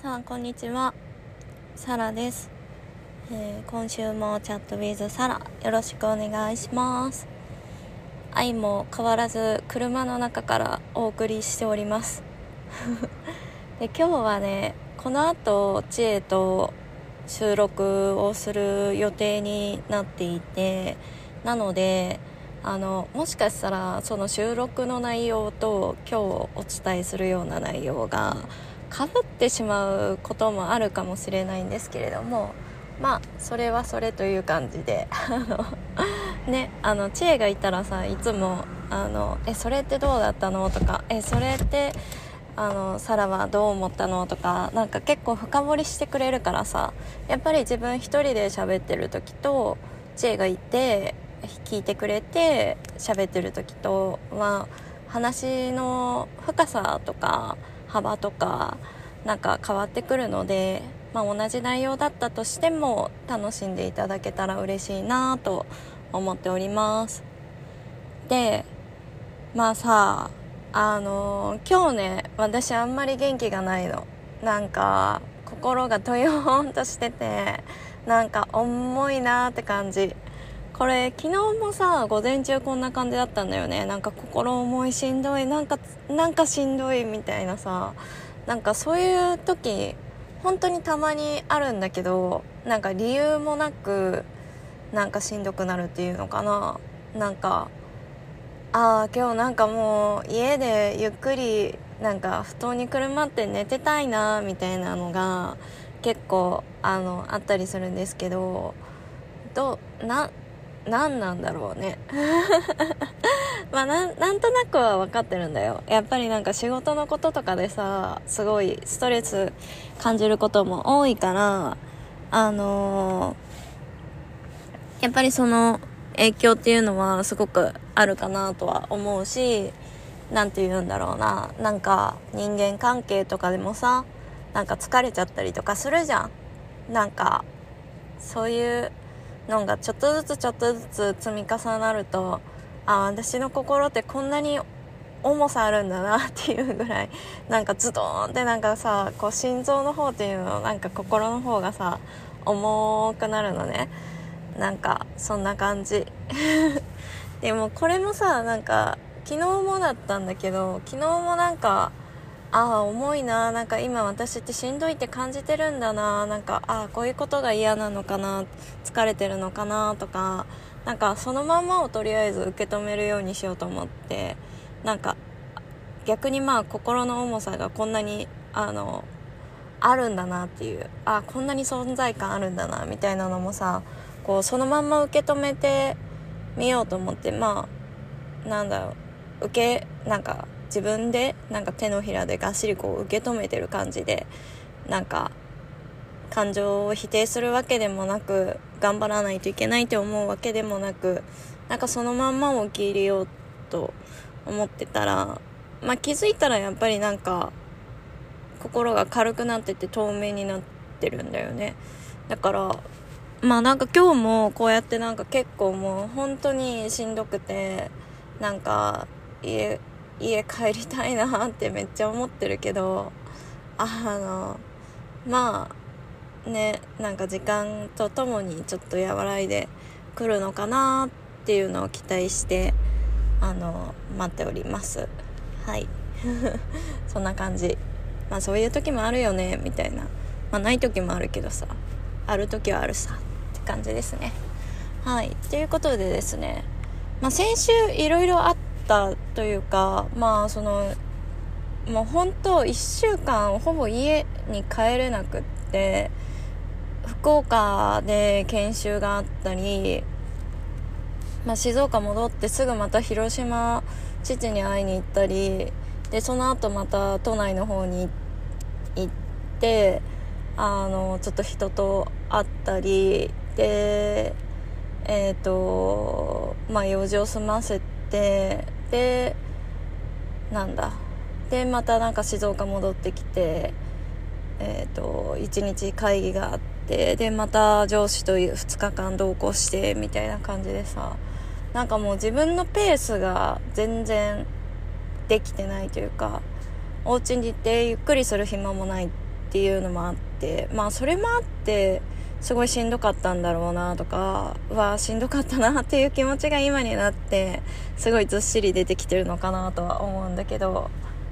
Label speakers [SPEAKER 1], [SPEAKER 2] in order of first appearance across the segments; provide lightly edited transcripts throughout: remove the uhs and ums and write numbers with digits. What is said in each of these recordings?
[SPEAKER 1] さんこんにちは、サラです。今週もチャットウィズサラよろしくお願いします。愛も変わらず車の中からお送りしておりますで今日はね、この後知恵と収録をする予定になっていて、なのでもしかしたらその収録の内容と今日お伝えするような内容が被ってしまうこともあるかもしれないんですけれども、まあそれはそれという感じでね、知恵がいたらさ、いつもそれってどうだったのとか、それってサラはどう思ったのとか、なんか結構深掘りしてくれるからさ、やっぱり自分一人で喋ってる時と知恵がいて聞いてくれて喋ってる時とは話の深さとか幅とかなんか変わってくるので、同じ内容だったとしても楽しんでいただけたら嬉しいなと思っております。で、今日ね、私あんまり元気がないの。なんか心がトヨーンとしてて、なんか重いなって感じ。これ昨日もさ、午前中こんな感じだったんだよね。なんか心重い、しんどい、なんかしんどいみたいなさ、なんかそういう時本当にたまにあるんだけど、なんか理由もなくなんかしんどくなるっていうのかな。なんか今日なんかもう家でゆっくりなんか布団にくるまって寝てたいなみたいなのが結構あったりするんですけど、なんなんだろうねなんとなくは分かってるんだよ。やっぱりなんか仕事のこととかでさ、すごいストレス感じることも多いから、やっぱりその影響っていうのはすごくあるかなとは思うし、なんて言うんだろうな、なんか人間関係とかでもさ、なんか疲れちゃったりとかするじゃん。なんかそういうのがちょっとずつ積み重なると、私の心ってこんなに重さあるんだなっていうぐらい、なんかズドーンってなんかさ、こう心臓の方っていうの、なんか心の方がさ重くなるのね。なんかそんな感じでもこれもさ、なんか昨日もだったんだけど、昨日もなんか重いな、なんか今私ってしんどいって感じてるんだな、なんかこういうことが嫌なのかな、疲れてるのかなとか、なんかそのまんまをとりあえず受け止めるようにしようと思って、なんか逆に心の重さがこんなにあるんだなっていう、こんなに存在感あるんだなみたいなのもさ、こうそのまんま受け止めてみようと思って、なんだろう、なんか自分でなんか手のひらでがっしりこう受け止めてる感じで、なんか感情を否定するわけでもなく、頑張らないといけないと思うわけでもなく、なんかそのまんまを受け入れようと思ってたら、気づいたらやっぱりなんか心が軽くなってて透明になってるんだよね。だからなんか今日もこうやってなんか結構もう本当にしんどくて、なんか家帰りたいなってめっちゃ思ってるけど、なんか時間とともにちょっと和らいでくるのかなっていうのを期待して待っております。はいそんな感じ。そういう時もあるよねみたいな、ない時もあるけどさ、ある時はあるさって感じですね。はい、ということでですね、先週いろいろあったというか、もう本当1週間ほぼ家に帰れなくって、福岡で研修があったり、静岡戻ってすぐまた広島父に会いに行ったりで、その後また都内の方に行ってちょっと人と会ったりで、用事を済ませて、でまたなんか静岡戻ってきて、1日会議があって、でまた上司と2日間同行してみたいな感じでさ、なんかもう自分のペースが全然できてないというか、お家に行ってゆっくりする暇もないっっていうのもあって、それもあってすごいしんどかったんだろうなとかしんどかったなっていう気持ちが今になってすごいずっしり出てきてるのかなとは思うんだけど、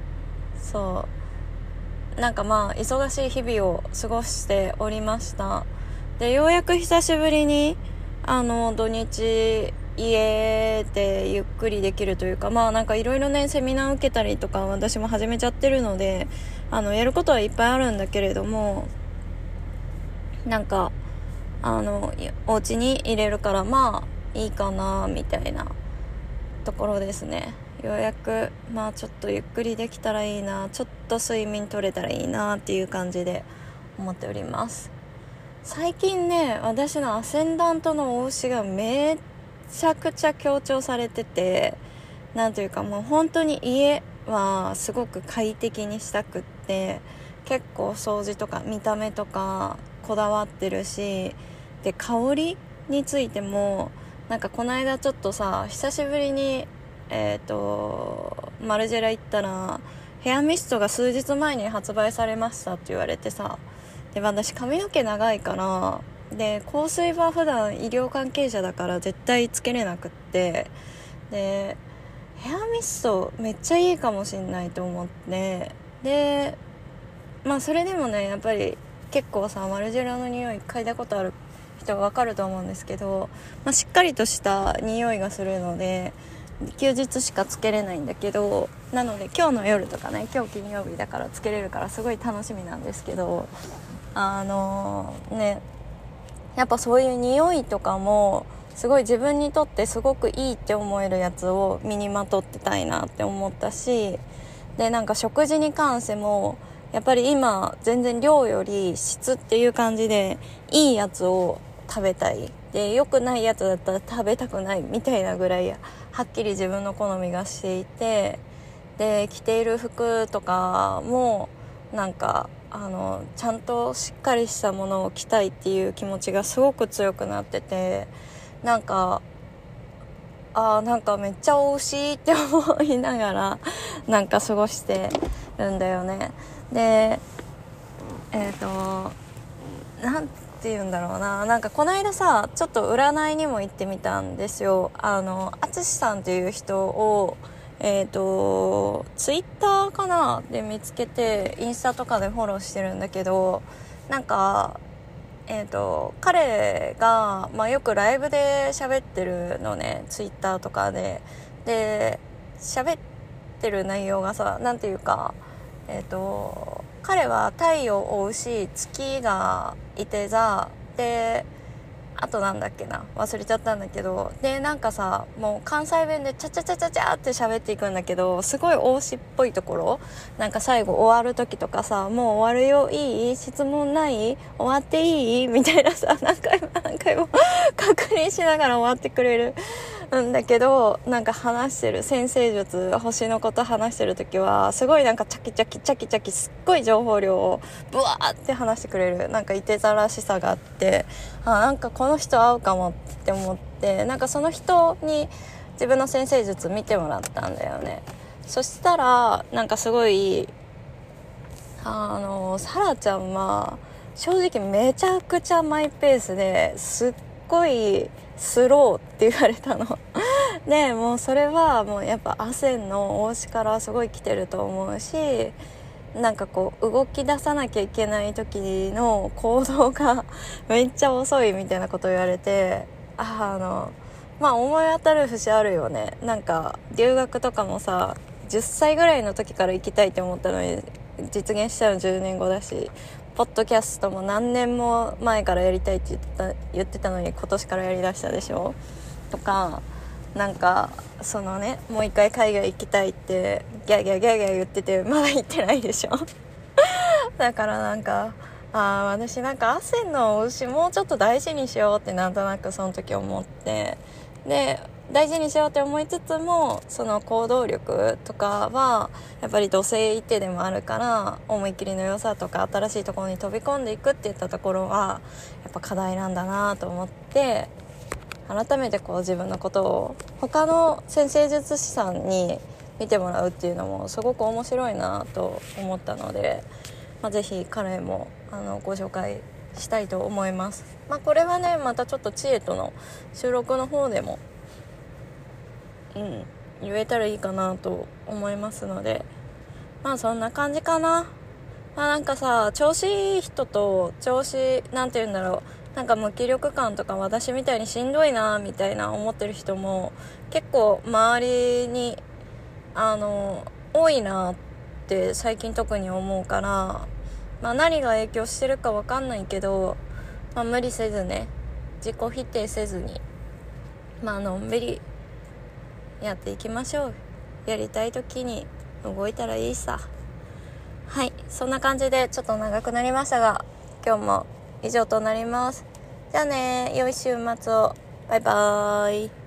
[SPEAKER 1] なんか忙しい日々を過ごしておりました。でようやく久しぶりに土日家でゆっくりできるというか、なんかいろいろねセミナー受けたりとか私も始めちゃってるのでやることはいっぱいあるんだけれども、なんかお家に入れるからいいかなみたいなところですね。ようやくちょっとゆっくりできたらいいな、ちょっと睡眠取れたらいいなっていう感じで思っております。最近ね私のアセンダントのお牛がめちゃくちゃ強調されてて、なんというかもう本当に家はすごく快適にしたくって、結構掃除とか見た目とかこだわってるし、で香りについてもなんかこの間ちょっと久しぶりにマルジェラ行ったらヘアミストが数日前に発売されましたって言われてで私髪の毛長いからで香水は普段医療関係者だから絶対つけれなくって、でヘアミストめっちゃいいかもしんないと思って、でそれでもねやっぱり結構マルジェラの匂い嗅いだことある人は分かると思うんですけど、しっかりとした匂いがするので休日しかつけれないんだけど、なので今日の夜とかね、今日金曜日だからつけれるからすごい楽しみなんですけど、やっぱそういう匂いとかもすごい自分にとってすごくいいって思えるやつを身にまとってたいなって思ったし、でなんか食事に関してもやっぱり今全然量より質っていう感じでいいやつを食べたい、で良くないやつだったら食べたくないみたいなぐらいはっきり自分の好みがしていて、で着ている服とかもなんかちゃんとしっかりしたものを着たいっていう気持ちがすごく強くなってて、なんかめっちゃおいしいって思いながらなんか過ごしてるんだよね。でなんて言うんだろうな、なんかこの間ちょっと占いにも行ってみたんですよ。淳さんっていう人をツイッターかなで見つけてインスタとかでフォローしてるんだけど、なんか彼が、よくライブで喋ってるのね、ツイッターとかで喋ってる内容がなんていうか彼は太陽を追うし月がいてであとなんだっけな忘れちゃったんだけど、でなんかもう関西弁でチャチャチャチャチャって喋っていくんだけど、すごい推しっぽいところ、なんか最後終わる時とかもう終わるよ、いい質問ない、終わっていいみたいな何回も確認しながら終わってくれるんだけど、なんか話してる占星術星のこと話してる時はすごいなんかチャキチャキチャキチャキすっごい情報量をブワーって話してくれる、なんかいて座らしさがあって、なんかこの人合うかもって思って、なんかその人に自分の占星術見てもらったんだよね。そしたらなんかすごいサラちゃんは正直めちゃくちゃマイペースですっごいスローって言われたのでもうそれはもうやっぱアセンの推しからすごい来てると思うし、なんかこう動き出さなきゃいけない時の行動がめっちゃ遅いみたいなことを言われて、思い当たる節あるよね。なんか留学とかも10歳ぐらいの時から行きたいって思ったのに実現したの10年後だし、ポッドキャストも何年も前からやりたいって言ってたのに今年からやりだしたでしょとか、なんかもう一回海外行きたいってギャーギャーギャーギャー言っててまだ行ってないでしょだからなんか私なんかアセンの推しもうちょっと大事にしようってなんとなくその時思って、で大事にしようって思いつつもその行動力とかはやっぱり土星一手でもあるから、思い切りの良さとか新しいところに飛び込んでいくっていったところはやっぱ課題なんだなと思って、改めて自分のことを他の占星術師さんに見てもらうっていうのもすごく面白いなと思ったので、 ぜひ彼もご紹介したいと思います。これはねまたちょっと知恵との収録の方でも言えたらいいかなと思いますので、そんな感じかな。なんかさ、調子いい人となんて言うんだろう、なんか無気力感とか私みたいにしんどいなみたいな思ってる人も結構周りに多いなって最近特に思うから、何が影響してるか分かんないけど、無理せずね、自己否定せずにのんびりやっていきましょう。やりたい時に動いたらいいさ。はい、そんな感じでちょっと長くなりましたが、今日も以上となります。じゃあね、良い週末を。バイバーイ。